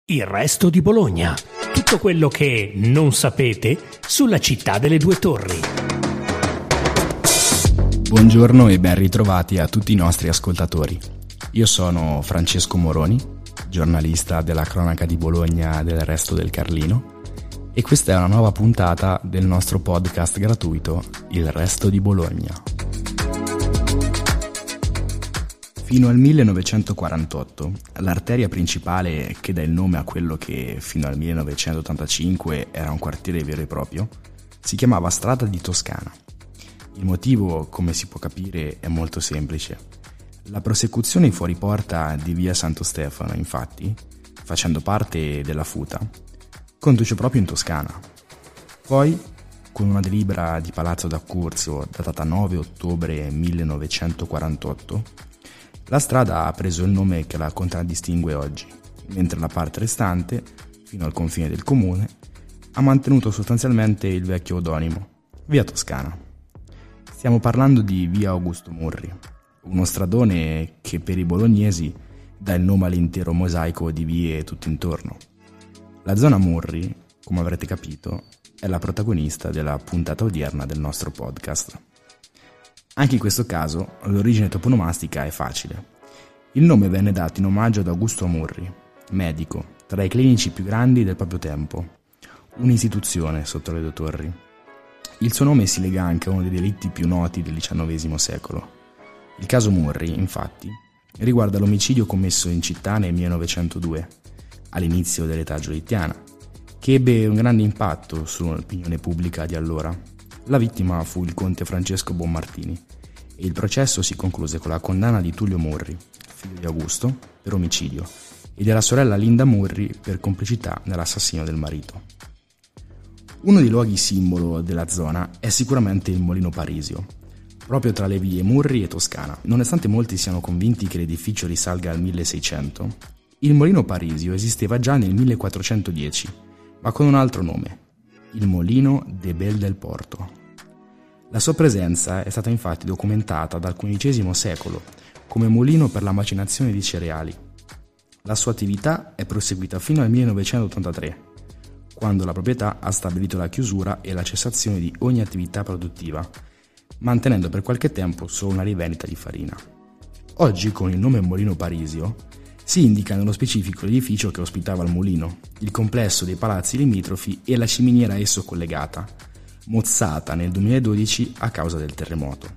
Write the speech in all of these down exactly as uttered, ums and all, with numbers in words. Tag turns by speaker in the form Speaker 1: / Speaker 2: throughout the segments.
Speaker 1: Il resto di Bologna. Tutto quello che non sapete sulla città delle due torri.
Speaker 2: Buongiorno e ben ritrovati a tutti i nostri ascoltatori. Io sono Francesco Moroni, giornalista della cronaca di Bologna del Resto del Carlino, e questa è una nuova puntata del nostro podcast gratuito Il Resto di Bologna. Fino al millenovecentoquarantotto, l'arteria principale che dà il nome a quello che fino al millenovecentottantacinque era un quartiere vero e proprio, si chiamava Strada di Toscana. Il motivo, come si può capire, è molto semplice. La prosecuzione fuori porta di via Santo Stefano, infatti, facendo parte della Futa, conduce proprio in Toscana. Poi, con una delibera di Palazzo d'Accurzio datata nove ottobre millenovecentoquarantotto, la strada ha preso il nome che la contraddistingue oggi, mentre la parte restante, fino al confine del comune, ha mantenuto sostanzialmente il vecchio odonimo, via Toscana. Stiamo parlando di via Augusto Murri, uno stradone che per i bolognesi dà il nome all'intero mosaico di vie tutto intorno. La zona Murri, come avrete capito, è la protagonista della puntata odierna del nostro podcast. Anche in questo caso l'origine toponomastica è facile. Il nome venne dato in omaggio ad Augusto Murri, medico, tra i clinici più grandi del proprio tempo, un'istituzione sotto le due torri. Il suo nome si lega anche a uno dei delitti più noti del diciannovesimo secolo. Il caso Murri, infatti, riguarda l'omicidio commesso in città nel millenovecentodue, all'inizio dell'età giolittiana, che ebbe un grande impatto sull'opinione pubblica di allora. La vittima fu il conte Francesco Bonmartini e il processo si concluse con la condanna di Tullio Murri, figlio di Augusto, per omicidio, e della sorella Linda Murri per complicità nell'assassinio del marito. Uno dei luoghi simbolo della zona è sicuramente il Molino Parisio, proprio tra le vie Murri e Toscana. Nonostante molti siano convinti che l'edificio risalga al milleseicento, il Molino Parisio esisteva già nel millequattrocentodieci, ma con un altro nome, il Molino de Bel del Porto. La sua presenza è stata infatti documentata dal quindicesimo secolo come mulino per la macinazione di cereali. La sua attività è proseguita fino al millenovecentottantatré, quando la proprietà ha stabilito la chiusura e la cessazione di ogni attività produttiva, mantenendo per qualche tempo solo una rivendita di farina. Oggi, con il nome Molino Parisio, si indica nello specifico l'edificio che ospitava il mulino, il complesso dei palazzi limitrofi e la ciminiera a esso collegata, mozzata nel duemiladodici a causa del terremoto.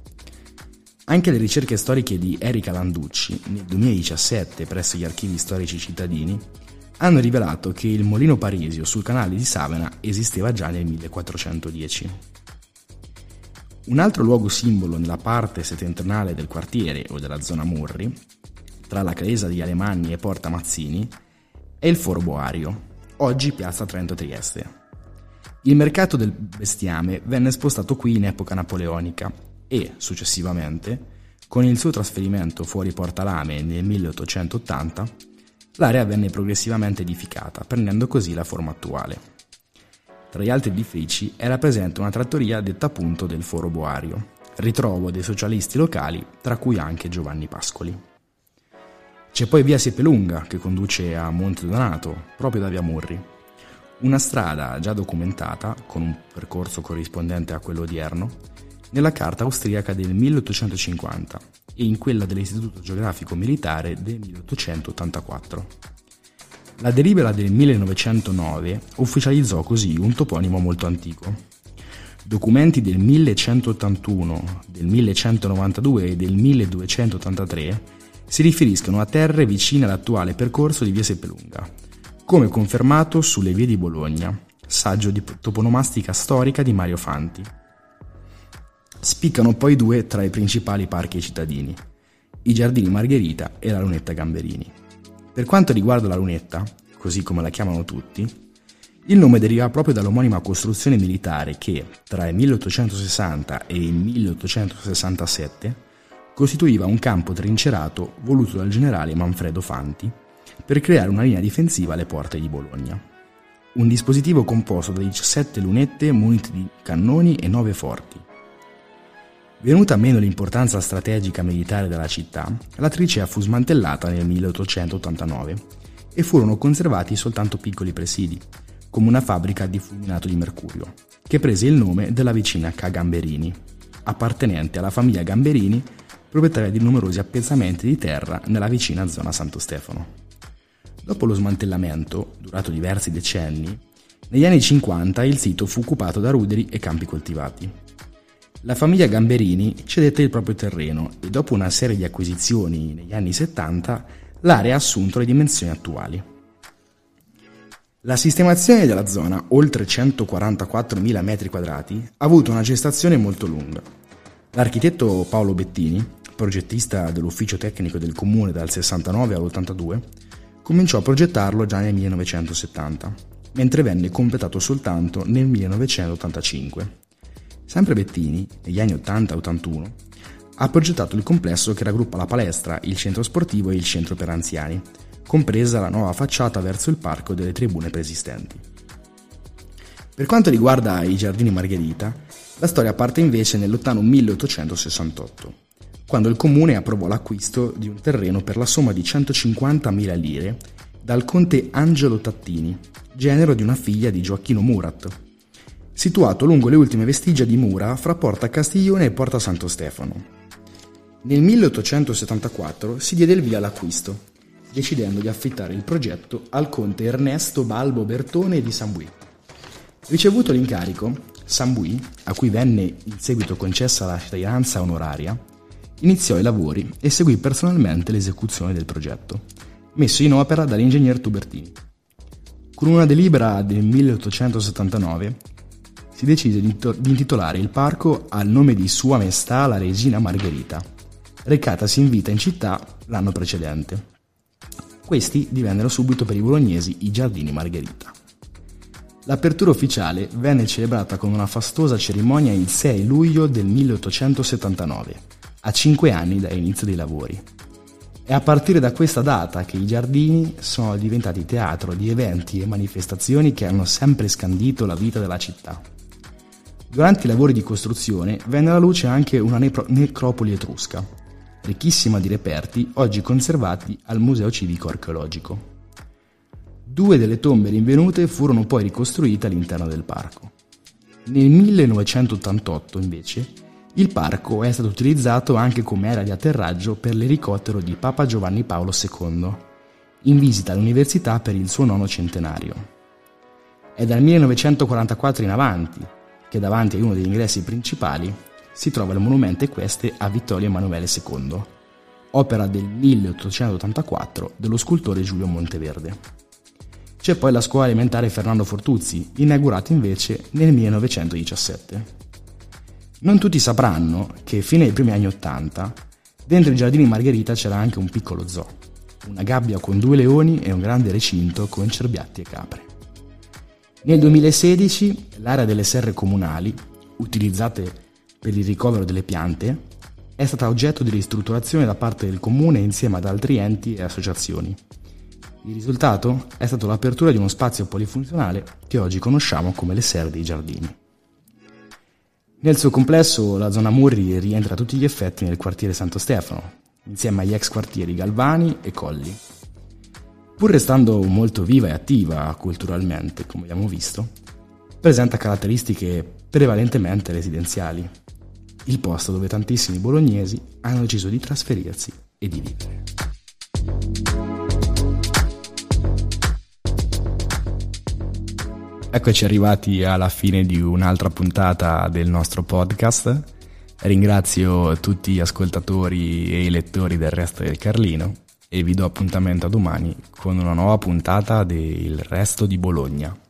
Speaker 2: Anche le ricerche storiche di Erika Landucci, nel duemiladiciassette presso gli archivi storici cittadini, hanno rivelato che il Molino Parisio sul canale di Savena esisteva già nel millequattrocentodieci. Un altro luogo simbolo nella parte settentrionale del quartiere o della zona Murri, tra la chiesa degli Alemanni e Porta Mazzini, è il Foro Boario, oggi piazza Trento Trieste. Il mercato del bestiame venne spostato qui in epoca napoleonica e, successivamente, con il suo trasferimento fuori Porta Lame nel milleottocentottanta, l'area venne progressivamente edificata, prendendo così la forma attuale. Tra gli altri edifici era presente una trattoria detta appunto del Foro Boario, ritrovo dei socialisti locali, tra cui anche Giovanni Pascoli. C'è poi via Seppelunga, che conduce a Monte Donato, proprio da via Murri. Una strada già documentata, con un percorso corrispondente a quello odierno, nella carta austriaca del milleottocentocinquanta e in quella dell'Istituto Geografico Militare del milleottocentottantaquattro. La delibera del millenovecentonove ufficializzò così un toponimo molto antico. Documenti del millecentottantuno, del millecentonovantadue e del milleduecentottantatré si riferiscono a terre vicine all'attuale percorso di via Seppelunga, come confermato sulle vie di Bologna, saggio di toponomastica storica di Mario Fanti. Spiccano poi due tra i principali parchi cittadini, i Giardini Margherita e la Lunetta Gamberini. Per quanto riguarda la Lunetta, così come la chiamano tutti, il nome deriva proprio dall'omonima costruzione militare che, tra il milleottocentosessanta e il milleottocentosessantasette, costituiva un campo trincerato voluto dal generale Manfredo Fanti per creare una linea difensiva alle porte di Bologna. Un dispositivo composto da diciassette lunette munite di cannoni e nove forti. Venuta meno l'importanza strategica militare della città, la trincea fu smantellata nel milleottocentottantanove e furono conservati soltanto piccoli presidi, come una fabbrica di fulminato di mercurio, che prese il nome della vicina Ca' Gamberini, appartenente alla famiglia Gamberini, proprietaria di numerosi appezzamenti di terra nella vicina zona Santo Stefano. Dopo lo smantellamento, durato diversi decenni, negli anni cinquanta il sito fu occupato da ruderi e campi coltivati. La famiglia Gamberini cedette il proprio terreno e dopo una serie di acquisizioni negli anni settanta l'area ha assunto le dimensioni attuali. La sistemazione della zona, oltre centoquarantaquattromila metri quadrati, ha avuto una gestazione molto lunga. L'architetto Paolo Bettini, progettista dell'ufficio tecnico del comune dal sessantanove all'ottantadue, cominciò a progettarlo già nel millenovecentosettanta, mentre venne completato soltanto nel millenovecentottantacinque. Sempre Bettini, negli anni ottanta ottantuno, ha progettato il complesso che raggruppa la palestra, il centro sportivo e il centro per anziani, compresa la nuova facciata verso il parco delle tribune preesistenti. Per quanto riguarda i Giardini Margherita, la storia parte invece nel lontano milleottocentosessantotto, quando il comune approvò l'acquisto di un terreno per la somma di centocinquantamila lire dal conte Angelo Tattini, genero di una figlia di Gioacchino Murat, situato lungo le ultime vestigia di mura fra Porta Castiglione e Porta Santo Stefano. Nel milleottocentosettantaquattro si diede il via all'acquisto, decidendo di affittare il progetto al conte Ernesto Balbo Bertone di Sambuì. Ricevuto l'incarico, Sambuì, a cui venne in seguito concessa la cittadinanza onoraria, iniziò i lavori e seguì personalmente l'esecuzione del progetto, messo in opera dall'ingegner Tubertini. Con una delibera del milleottocentosettantanove si decise di intitolare il parco al nome di Sua Maestà la Regina Margherita, recatasi in vita in città l'anno precedente. Questi divennero subito per i bolognesi i Giardini Margherita. L'apertura ufficiale venne celebrata con una fastosa cerimonia il sei luglio del milleottocentosettantanove, a cinque anni dall'inizio dei lavori. È a partire da questa data che i giardini sono diventati teatro di eventi e manifestazioni che hanno sempre scandito la vita della città. Durante i lavori di costruzione venne alla luce anche una nepro- necropoli etrusca, ricchissima di reperti oggi conservati al Museo Civico Archeologico. Due delle tombe rinvenute furono poi ricostruite all'interno del parco. Nel millenovecentottantotto, invece, il parco è stato utilizzato anche come area di atterraggio per l'elicottero di Papa Giovanni Paolo secondo, in visita all'università per il suo nono centenario. È dal millenovecentoquarantaquattro in avanti che davanti a uno degli ingressi principali si trova il monumento equestre a Vittorio Emanuele secondo, opera del milleottocentottantaquattro dello scultore Giulio Monteverde. C'è poi la scuola elementare Fernando Fortuzzi, inaugurata invece nel millenovecentodiciassette. Non tutti sapranno che fino ai primi anni Ottanta, dentro i Giardini Margherita c'era anche un piccolo zoo, una gabbia con due leoni e un grande recinto con cerbiatti e capre. Nel duemilasedici l'area delle serre comunali, utilizzate per il ricovero delle piante, è stata oggetto di ristrutturazione da parte del comune insieme ad altri enti e associazioni. Il risultato è stato l'apertura di uno spazio polifunzionale che oggi conosciamo come le serre dei giardini. Nel suo complesso la zona Murri rientra a tutti gli effetti nel quartiere Santo Stefano, insieme agli ex quartieri Galvani e Colli. Pur restando molto viva e attiva culturalmente, come abbiamo visto, presenta caratteristiche prevalentemente residenziali, il posto dove tantissimi bolognesi hanno deciso di trasferirsi e di vivere. Eccoci arrivati alla fine di un'altra puntata del nostro podcast. Ringrazio tutti gli ascoltatori e i lettori del Resto del Carlino e vi do appuntamento a domani con una nuova puntata del Resto di Bologna.